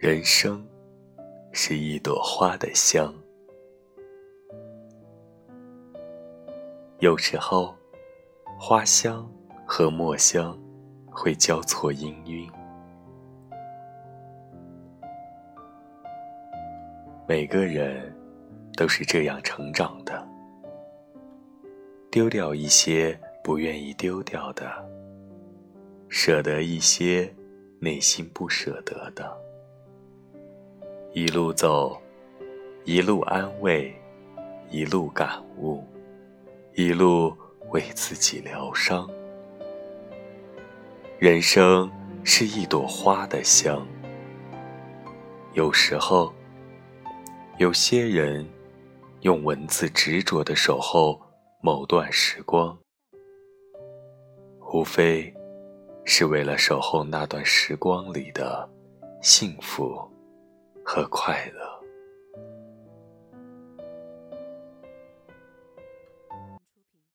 人生是一朵花的香，有时候花香和墨香会交错氤氲。每个人都是这样成长的，丢掉一些不愿意丢掉的，舍得一些内心不舍得的，一路走，一路安慰，一路感悟，一路为自己疗伤。人生是一朵花的香，有时候有些人用文字执着地守候某段时光，无非是为了守候那段时光里的幸福和快乐。